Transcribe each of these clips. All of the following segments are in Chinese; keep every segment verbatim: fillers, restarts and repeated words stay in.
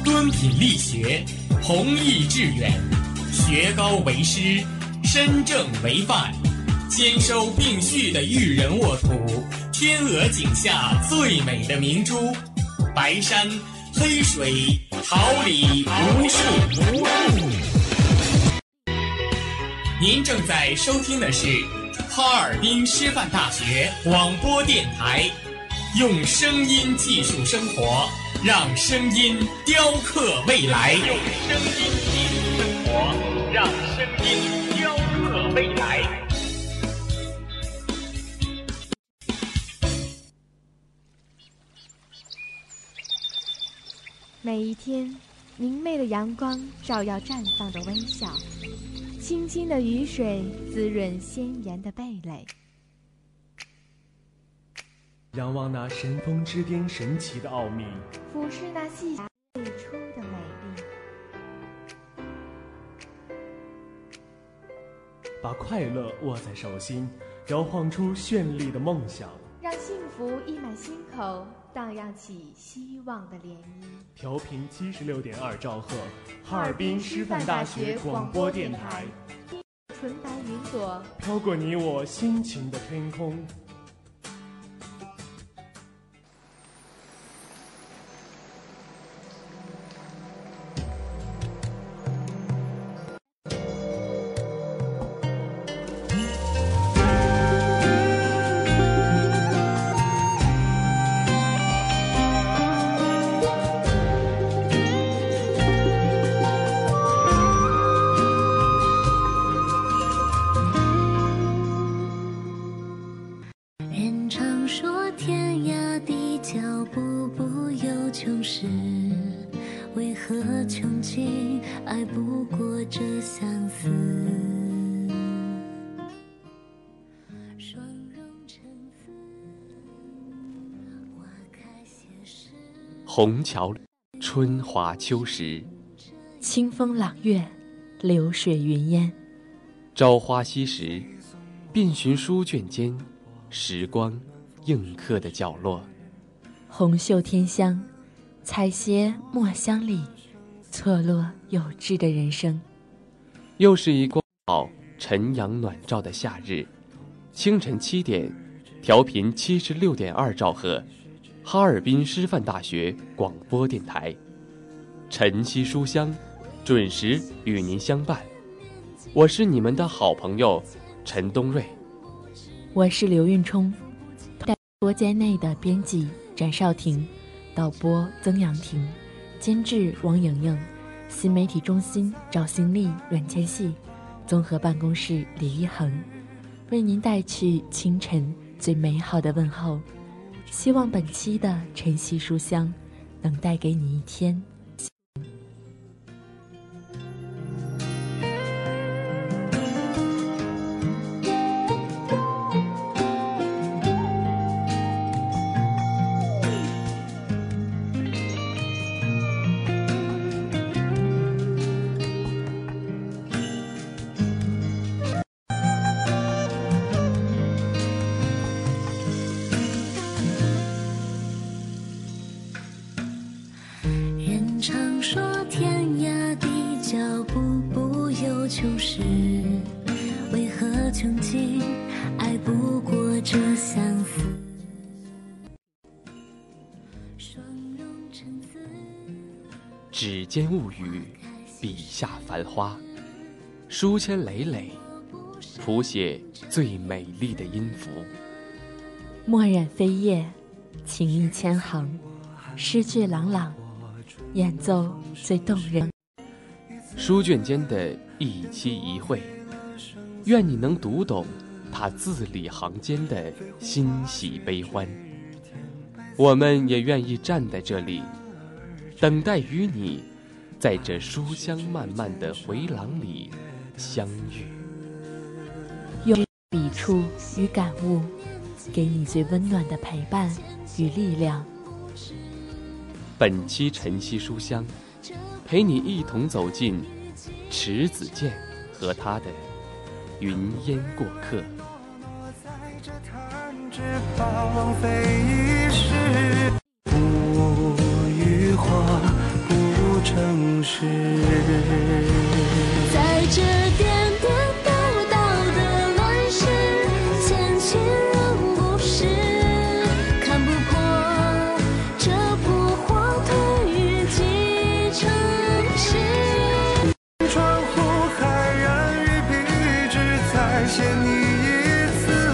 敦品力学，弘毅致远，学高为师，身正为范，兼收并蓄的育人沃土，天鹅颈下最美的明珠，白山黑水，桃李无数无数。您正在收听的是哈尔滨师范大学广播电台，用声音技术生活，让声音雕刻未来。用声音技术生活，让声音雕刻未来。 每一天，明媚的阳光照耀绽放的微笑，清清的雨水滋润鲜艳的蓓蕾。 仰望那神峰之巅神奇的奥秘， 俯视那细芽最初的美丽， 把快乐握在手心，摇晃出绚丽的梦想， 让幸福溢满心口，荡漾起希望的涟漪。 调频七十六点二兆赫，哈尔滨师范大学广播电台， 纯白云朵飘过你我心情的天空。 虹桥春华秋实， 清风朗月，流水云烟。 朝花夕拾，遍寻书卷间时光映刻的角落。 红袖添香，采撷墨香里错落有致的人生。 又是一光好晨阳暖照的夏日，清晨七点，调频七十六点二兆赫，哈尔滨师范大学广播电台，晨曦书香，准时与您相伴。我是你们的好朋友陈东瑞， 我是刘运冲，在播间内的编辑展少婷，导播曾阳婷，监制王莹莹，新媒体中心赵新丽、阮千玺，综合办公室李一恒，为您带去清晨最美好的问候。希望本期的晨曦书香能带给你一天。 指尖物语，笔下繁花，书签累累，谱写最美丽的音符。 墨染飞叶，情意千行，诗句朗朗，演奏最动人。 书卷间的一期一会，愿你能读懂他字里行间的欣喜悲欢。我们也愿意站在这里，等待与你在这书香漫漫的回廊里相遇， 用笔触与感悟，给你最温暖的陪伴与力量。 本期晨曦书香，陪你一同走进迟子建和他的云烟过客。 放飞一时，不语话，不城市。 在这颠颠倒倒的乱世，前情人不识，看不破这不惑退于几城市。 窗户还燃于笔直，再写你一次。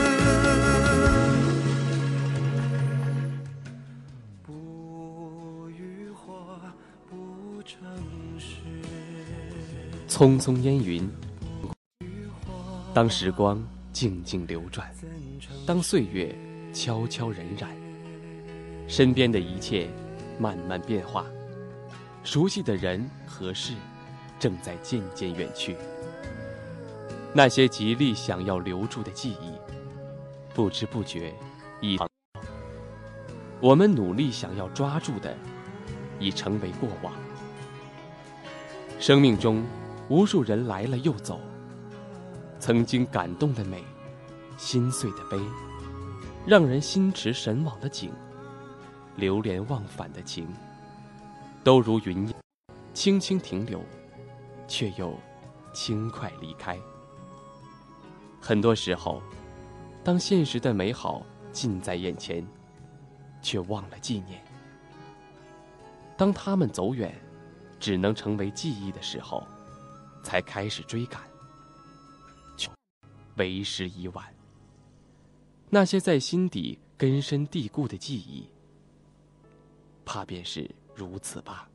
不渔火不城市。 匆匆烟云，当时光静静流转，当岁月悄悄荏苒，身边的一切慢慢变化，熟悉的人和事正在渐渐远去。那些极力想要留住的记忆，不知不觉已我们努力想要抓住的，已成为过往。生命中无数人来了又走，曾经感动的美，心碎的悲，让人心驰神往的景，流连忘返的情，都如云烟轻轻停留，却又轻快离开。很多时候，当现实的美好近在眼前，却忘了纪念。当他们走远，只能成为记忆的时候，才开始追赶，却为时已晚。那些在心底根深蒂固的记忆，怕便是如此吧。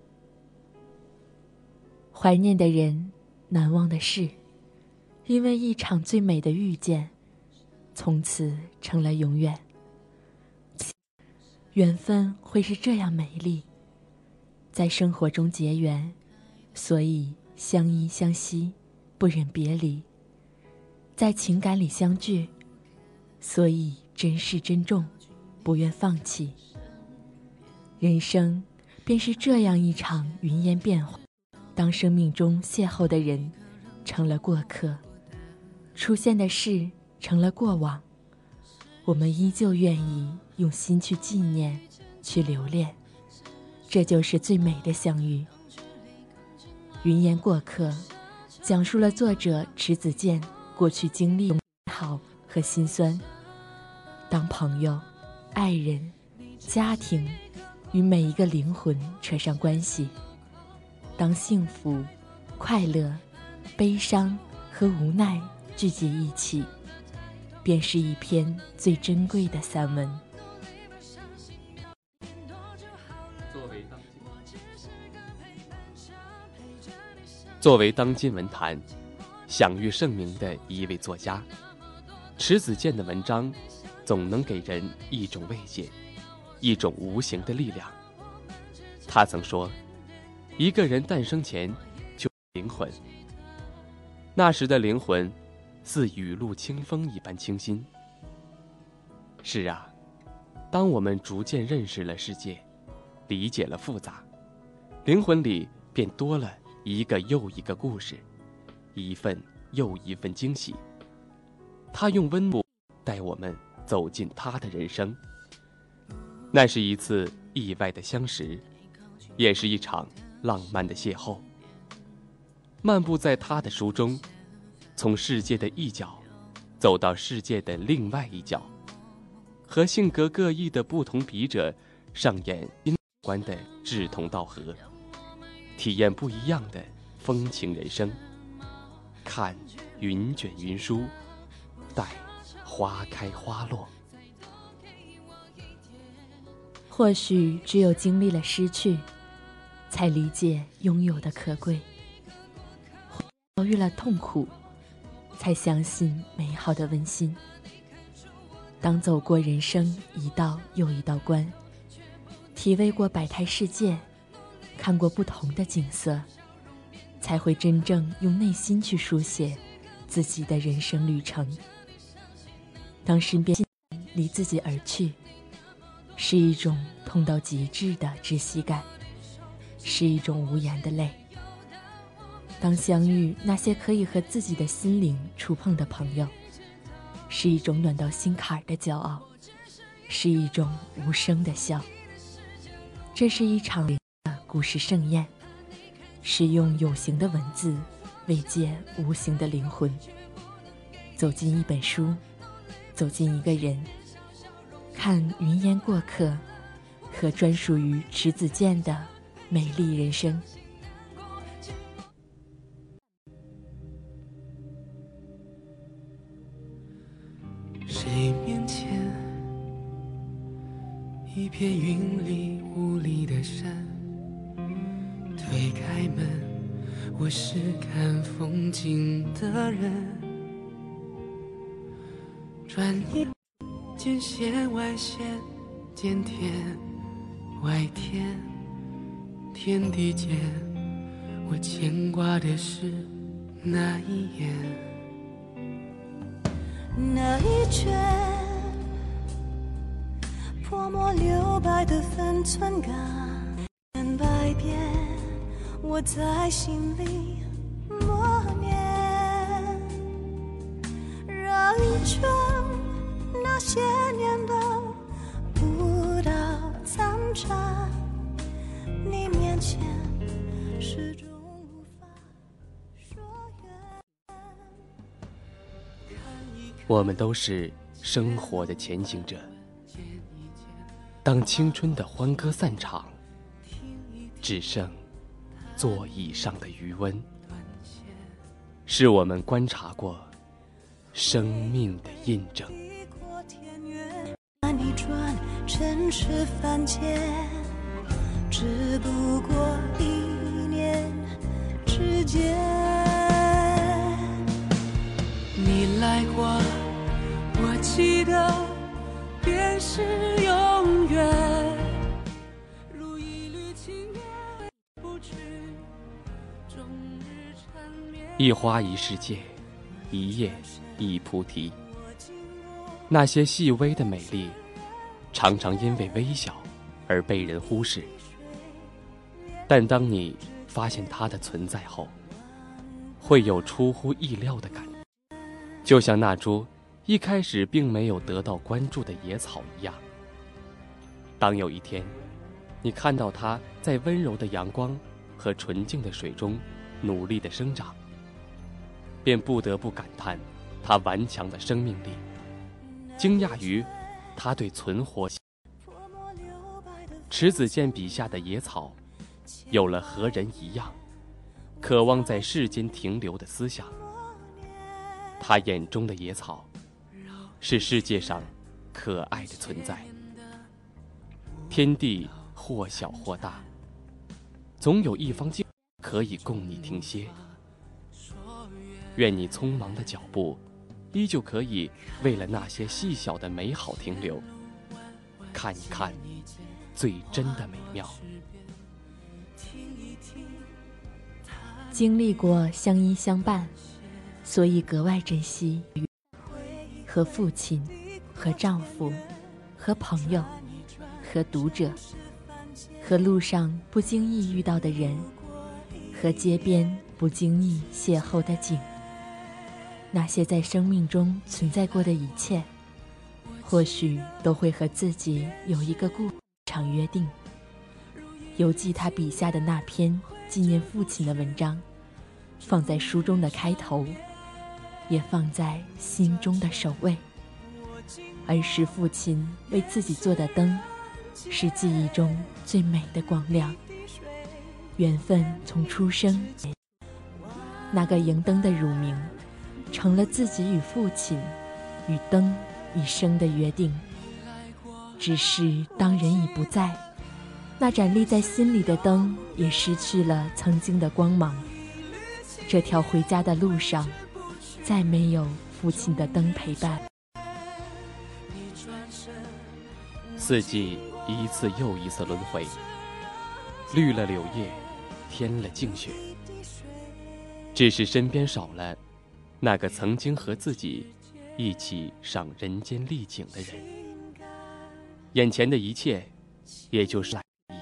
怀念的人，难忘的事，因为一场最美的遇见，从此成了永远。缘分会是这样美丽，在生活中结缘，所以相依相惜，不忍别离；在情感里相聚，所以珍视珍重，不愿放弃。人生便是这样一场云烟变化，当生命中邂逅的人成了过客，出现的事成了过往，我们依旧愿意用心去纪念，去留恋，这就是最美的相遇。云烟过客讲述了作者迟子建过去经历美好和心酸，当朋友、爱人、家庭与每一个灵魂扯上关系，当幸福、快乐、悲伤和无奈聚集一起，便是一篇最珍贵的散文。 作为当作为当今文坛享誉盛名的一位作家，迟子建的文章总能给人一种慰藉，一种无形的力量。他曾说，一个人诞生前就灵魂，那时的灵魂似雨露清风一般清新。是啊，当我们逐渐认识了世界，理解了复杂，灵魂里便多了一个又一个故事，一份又一份惊喜。他用温度带我们走进他的人生，那是一次意外的相识，也是一场浪漫的邂逅。漫步在他的书中，从世界的一角走到世界的另外一角，和性格各异的不同笔者上演因观的志同道合，体验不一样的风情人生。看云卷云舒，待花开花落。 或许只有经历了失去，才理解拥有的可贵；遭遇了痛苦，才相信美好的温馨。当走过人生一道又一道关，体味过百态世界，看过不同的景色，才会真正用内心去书写自己的人生旅程。当身边离自己而去，是一种痛到极致的窒息感，是一种无言的泪。当相遇那些可以和自己的心灵触碰的朋友，是一种暖到心坎的骄傲，是一种无声的笑。这是一场故事盛宴，是用有形的文字慰藉无形的灵魂。走进一本书，走进一个人，看云烟过客和专属于迟子建的美丽人生。 谁面前一片云里雾里的山，推开门，我是看风景的人，转眼间线外线见天外天，天地间我牵挂的是那一眼， 那一卷泼墨留白的分寸感，千百遍我在心里默念，绕一圈那些年的舞蹈残渣，你面前始终无法说远。 我们都是生活的前行者，当青春的欢歌散场，只剩座椅上的余温，是我们观察过生命的印证。 把你转尘世凡间，只不过一念之间。 你来过，我记得便是永远，如一缕青烟不知终日缠绵。 一花一世界，一叶一菩提。那些细微的美丽，常常因为微小而被人忽视，但当你发现它的存在后，会有出乎意料的感觉，就像那株一开始并没有得到关注的野草一样。当有一天你看到它在温柔的阳光和纯净的水中努力地生长，便不得不感叹它顽强的生命力，惊讶于它对存活。迟子建笔下的野草有了和人一样渴望在世间停留的思想，他眼中的野草是世界上可爱的存在。天地或小或大，总有一方静可以供你停歇。愿你匆忙的脚步依旧可以为了那些细小的美好停留，看一看最真的美妙。 经历过相依相伴，所以格外珍惜和父亲、和丈夫、和朋友、和读者、和路上不经意遇到的人、和街边不经意邂逅的景。那些在生命中存在过的一切，或许都会和自己有一个故场约定。犹记他笔下的那篇纪念父亲的文章，放在书中的开头，也放在心中的首位。儿时父亲为自己做的灯，是记忆中最美的光亮。缘分从出生，那个迎灯的乳名，成了自己与父亲、与灯一生的约定。只是当人已不在，那盏立在心里的灯也失去了曾经的光芒。这条回家的路上，再没有父亲的灯陪伴。 四季一次又一次轮回，绿了柳叶，添了静雪，只是身边少了那个曾经和自己一起赏人间丽景的人。眼前的一切也就是来意。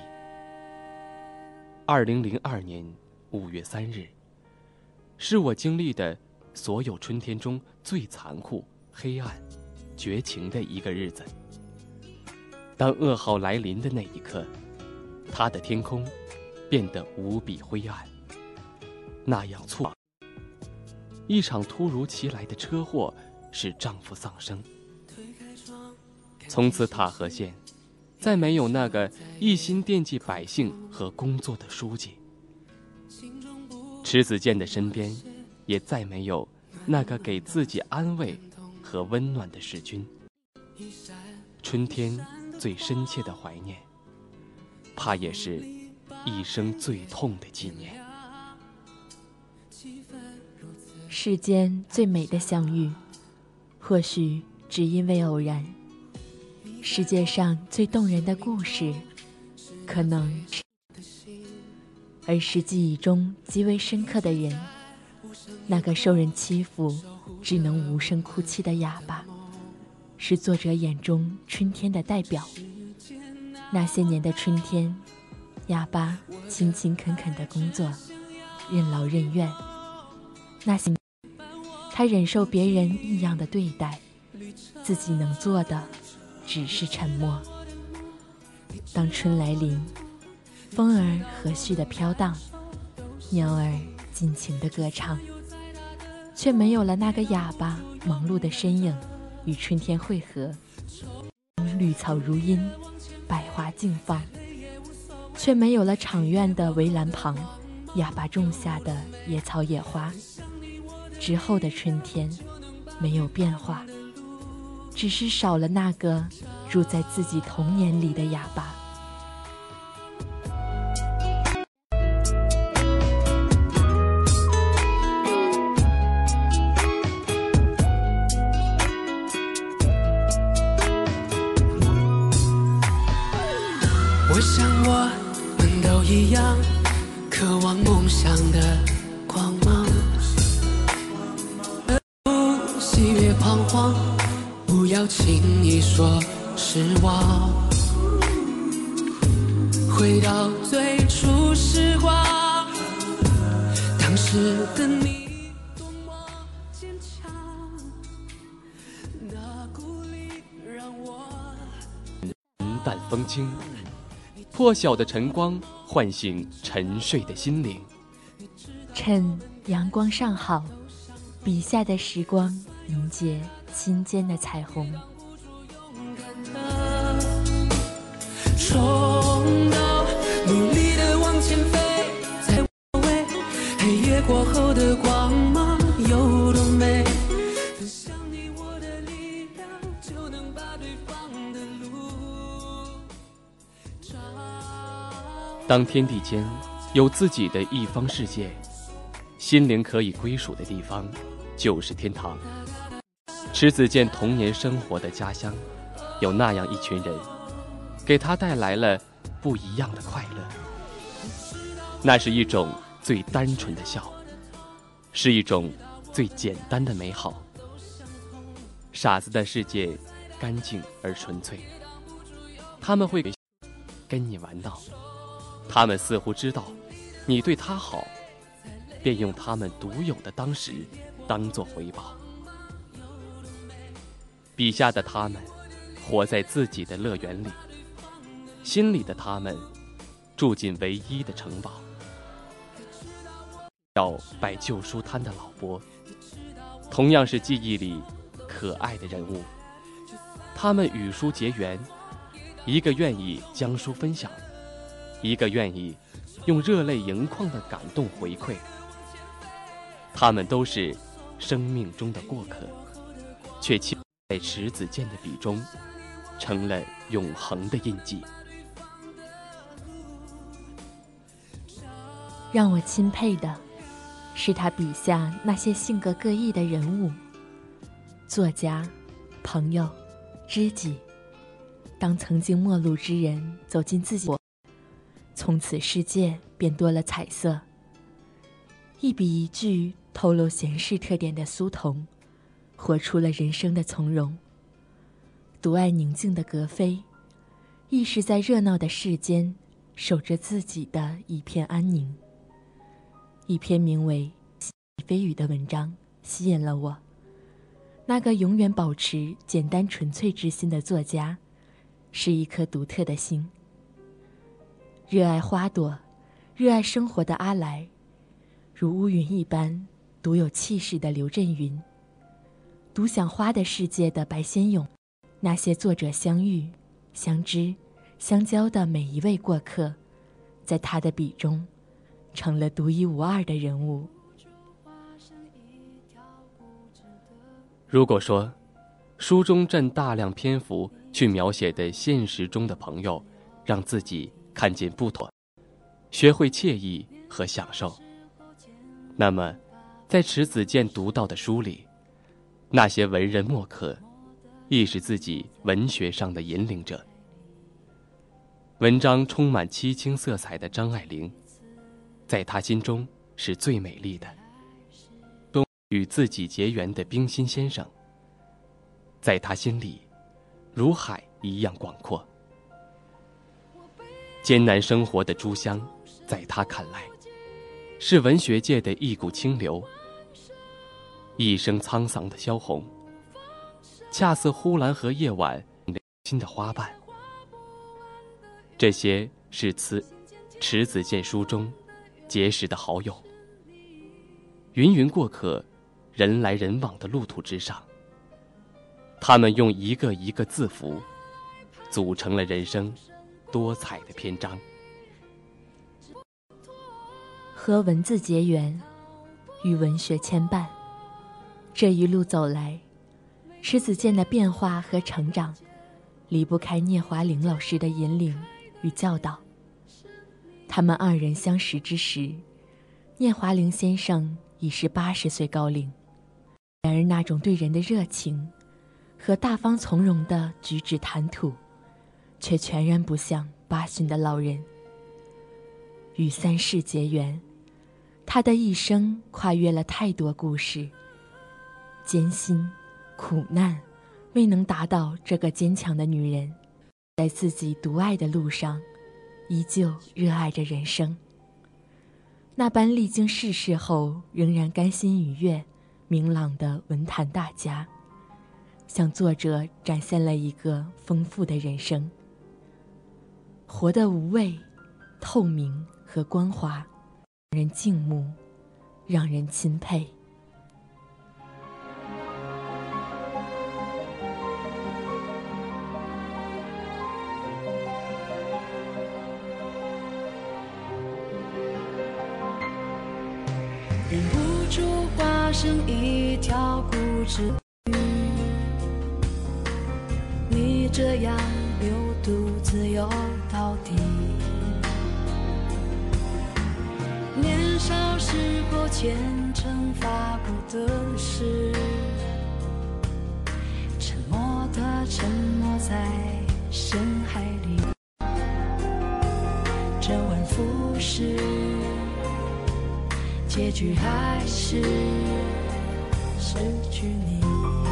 二零零二年五月三日，是我经历的所有春天中最残酷、黑暗、绝情的一个日子。当噩耗来临的那一刻，他的天空变得无比灰暗，那样猝。一场突如其来的车祸使丈夫丧生。从此塔河县再没有那个一心惦记百姓和工作的书记，池子健的身边也再没有那个给自己安慰和温暖的世君。春天最深切的怀念，怕也是一生最痛的纪念。 世间最美的相遇，或许只因为偶然；世界上最动人的故事，可能是而是记忆中极为深刻的人，那个受人欺负只能无声哭泣的哑巴，是作者眼中春天的代表。那些年的春天，哑巴勤勤恳恳的工作，任劳任怨。那些他忍受别人异样的对待，自己能做的只是沉默。当春来临，风儿和煦地飘荡，鸟儿尽情地歌唱，却没有了那个哑巴忙碌的身影与春天汇合。绿草如茵，百花竞放，却没有了场院的围栏旁哑巴种下的野草野花。之后的春天没有变化，只是少了那个住在自己童年里的哑巴。 我想我们都一样，渴望梦想的光芒，不喜悦彷徨，不要轻易说失望。回到最初时光，当时的你多么坚强，那鼓励让我云淡风轻，破晓的晨光唤醒沉睡的心灵。 趁阳光尚好，笔下的时光凝结心间的彩虹。 冲动，努力的往前飞，在我为黑夜过后的光芒有多美。分享你我的力量，就能把对方的路找。 当天地间有自己的一方世界，心灵可以归属的地方就是天堂。池子健童年生活的家乡，有那样一群人，给他带来了不一样的快乐。那是一种最单纯的笑，是一种最简单的美好。傻子的世界干净而纯粹，他们会跟你玩闹，他们似乎知道你对他好，便用他们独有的当时当作回报。笔下的他们活在自己的乐园里，心里的他们住进唯一的城堡。要摆旧书摊的老伯，同样是记忆里可爱的人物。他们与书结缘，一个愿意将书分享，一个愿意用热泪盈眶的感动回馈。他们都是生命中的过客，却亲在池子健的笔中成了永恒的印记。 让我钦佩的是他笔下那些性格各异的人物，作家、朋友、知己。当曾经陌路之人走进自己，从此世界便多了彩色。一笔一句透露闲适特点的苏童，活出了人生的从容。独爱宁静的格非，亦是在热闹的世间守着自己的一片安宁。一篇名为《飞雨》的文章吸引了我。那个永远保持简单纯粹之心的作家，是一颗独特的心。热爱花朵， 热爱生活的阿来，如乌云一般独有气势的刘震云，独享花的世界的白先勇，那些作者相遇、相知、相交的每一位过客，在他的笔中成了独一无二的人物。 如果说书中占大量篇幅去描写的现实中的朋友，让自己看见不同，学会惬意和享受，那么在迟子建读到的书里，那些文人墨客亦是自己文学上的引领者。文章充满凄清色彩的张爱玲，在他心中是最美丽的。中与自己结缘的冰心先生，在他心里如海一样广阔。艰难生活的朱香，在他看来是文学界的一股清流。一生沧桑的萧红，恰似呼兰河夜晚新的花瓣。这些是此迟子建书中结识的好友，芸芸过客，人来人往的路途之上，他们用一个一个字符组成了人生多彩的篇章。 和文字结缘，与文学牵绊，这一路走来，迟子建的变化和成长离不开聂华苓老师的引领与教导。他们二人相识之时，聂华苓先生已是八十岁高龄，然而那种对人的热情和大方从容的举止谈吐，却全然不像八旬的老人。与三世结缘，他的一生跨越了太多故事，艰辛苦难未能打倒这个坚强的女人，在自己独爱的路上依旧热爱着人生。那般历经世事后仍然甘心愉悦明朗的文坛大家，向作者展现了一个丰富的人生，活得无畏、透明和光滑，让人敬慕，让人钦佩。 忍不住化身一条固执鱼，你这样流独自游到底。年少时过虔诚发过的誓，沉默的沉没在深海里，周而复始，结局还是失去你。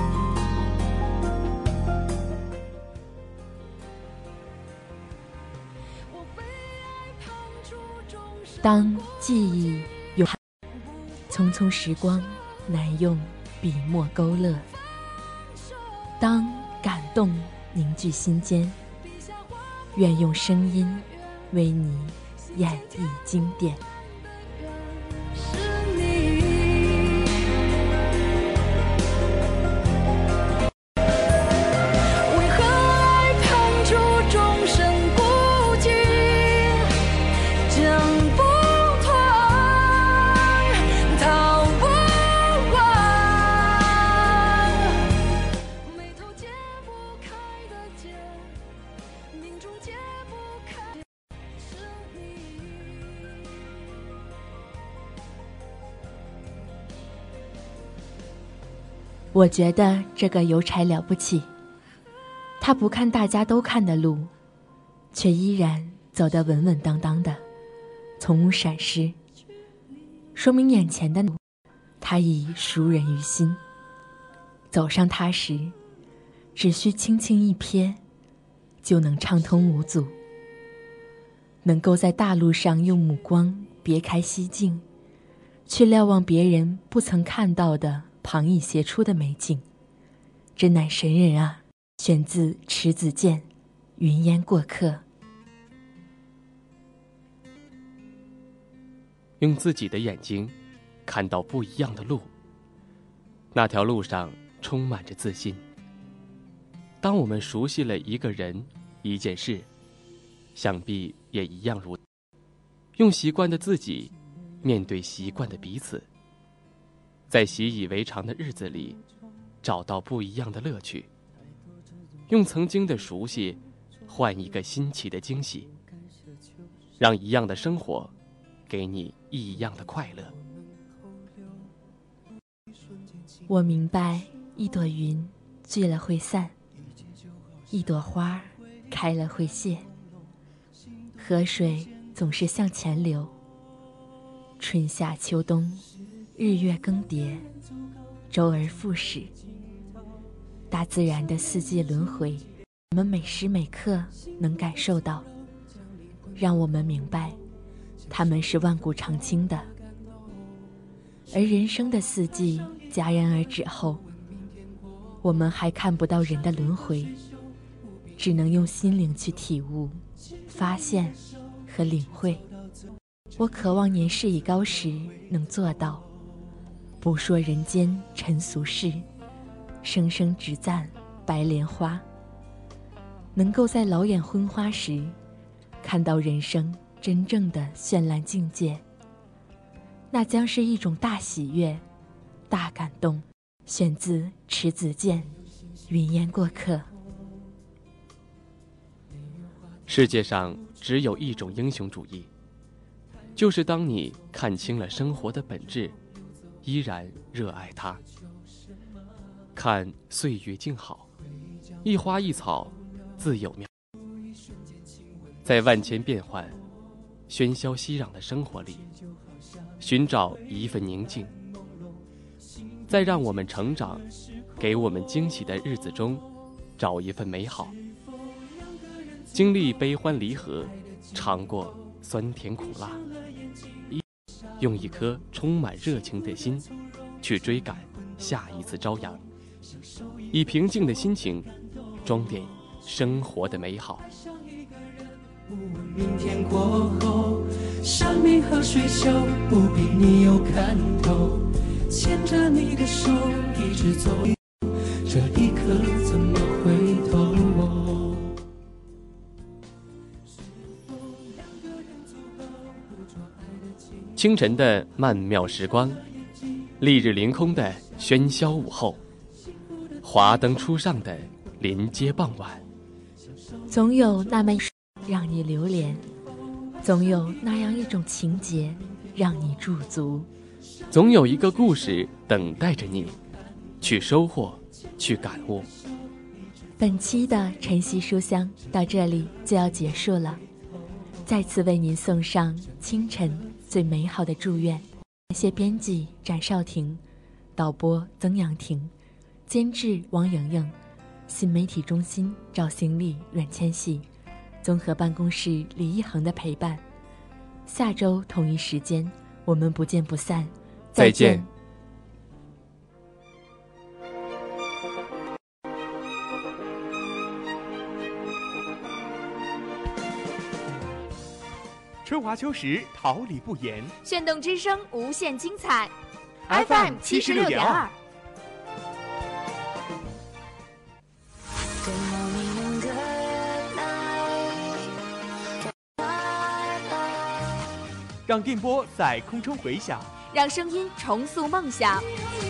当记忆有匆匆时光难用笔墨勾勒，当感动凝聚心间，愿用声音为你演绎经典。我觉得这个邮差了不起，他不看大家都看的路，却依然走得稳稳当当的，从无闪失，说明眼前的路他已熟人于心。走上它时，只需轻轻一瞥，就能畅通无阻。能够在大路上用目光别开蹊径，去瞭望别人不曾看到的旁逸斜出的美景，真乃神人啊！选自迟子建《云烟过客》。 用自己的眼睛看到不一样的路，那条路上充满着自信。当我们熟悉了一个人、一件事，想必也一样如用习惯的自己面对习惯的彼此，在习以为常的日子里找到不一样的乐趣，用曾经的熟悉换一个新奇的惊喜，让一样的生活给你异样的快乐。 我明白，一朵云聚了会散，一朵花开了会谢，河水总是向前流，春夏秋冬，日月更迭，周而复始。大自然的四季轮回，我们每时每刻能感受到，让我们明白它们是万古长青的。而人生的四季戛然而止后，我们还看不到人的轮回，只能用心灵去体悟、发现和领会。我渴望年事已高时能做到，不说人间尘俗事，声声只赞白莲花。能够在老眼昏花时看到人生真正的绚烂境界，那将是一种大喜悦、大感动。选自迟子建《云烟过客》。 世界上只有一种英雄主义，就是当你看清了生活的本质，依然热爱它。看岁月静好，一花一草自有妙。在万千变幻、喧嚣熙攘的生活里，寻找一份宁静，在让我们成长、给我们惊喜的日子中，找一份美好。经历悲欢离合，尝过酸甜苦辣，用一颗充满热情的心去追赶下一次朝阳，以平静的心情装点生活的美好。 明天过后，山明河水秀，不必你有看头，牵着你的手一直走，这一刻怎么回头？ 清晨的曼妙时光，丽日凌空的喧嚣午后，华灯初上的临街傍晚， 总有那么让你流连，总有那样一种情节让你驻足， 总有一个故事等待着你去收获，去感悟。 本期的晨曦书香到这里就要结束了，再次为您送上清晨最美好的祝愿。感谢编辑展少廷，导播曾阳婷，监制王莹莹，新媒体中心赵兴丽、阮千玺，综合办公室李一恒的陪伴。下周同一时间我们不见不散， 再见。 春华秋实，桃李不言。 炫动之声，无限精彩。 F M 七十六点二。让电波在空中回响， 让声音重塑梦想。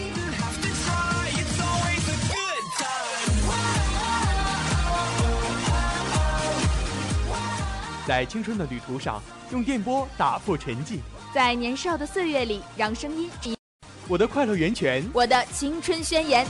在青春的旅途上，用电波打破沉寂； 在年少的岁月里，让声音以我的快乐源泉， 我的青春宣言。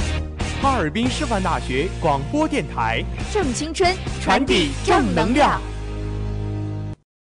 哈尔滨师范大学广播电台， 正青春， 传递正能量。